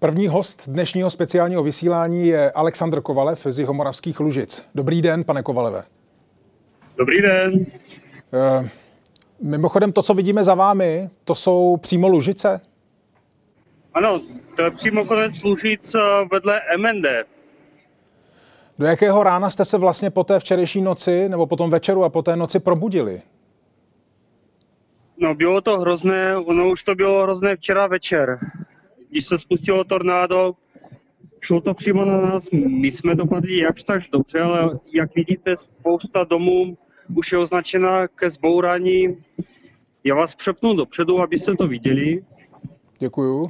První host dnešního speciálního vysílání je Alexandr Kovalev z Jihomoravských Lužic. Dobrý den, pane Kovaleve. Dobrý den. Mimochodem, to, co vidíme za vámi, to jsou přímo Lužice? Ano, to je přímo konec Lužic vedle MND. Do jakého rána jste se vlastně po té včerejší noci, nebo po tom večeru a po té noci probudili? No, bylo to hrozné, ono už to bylo hrozné včera večer. Když se spustilo tornádo, šlo to přímo na nás. My jsme dopadli jakž tak dobře, ale jak vidíte, spousta domů už je označena ke zbourání. Já vás přepnu dopředu, abyste to viděli. Děkuju.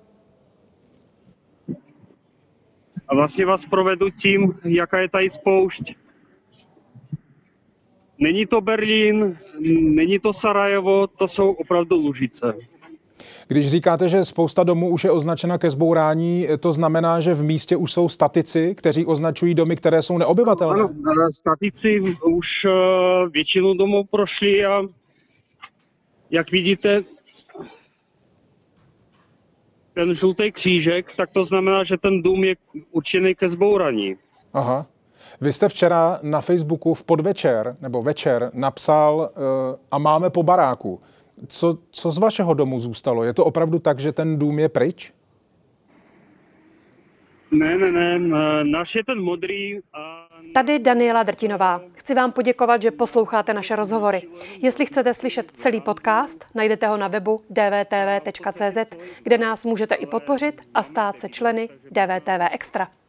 A vlastně vás provedu tím, jaká je tady spoušť. Není to Berlín, není to Sarajevo, to jsou opravdu Lužice. Když říkáte, že spousta domů už je označena ke zbourání, to znamená, že v místě už jsou statici, kteří označují domy, které jsou neobyvatelné? Ano, statici už většinu domů prošli a jak vidíte, ten žlutý křížek, tak to znamená, že ten dům je určený ke zbouraní. Aha. Vy jste včera na Facebooku v podvečer nebo večer napsal a máme po baráku. Co z vašeho domu zůstalo? Je to opravdu tak, že ten dům je pryč? Ne, náš je ten modrý. Tady Daniela Drtinová. Chci vám poděkovat, že posloucháte naše rozhovory. Jestli chcete slyšet celý podcast, najdete ho na webu dvtv.cz, kde nás můžete i podpořit a stát se členy DVTV Extra.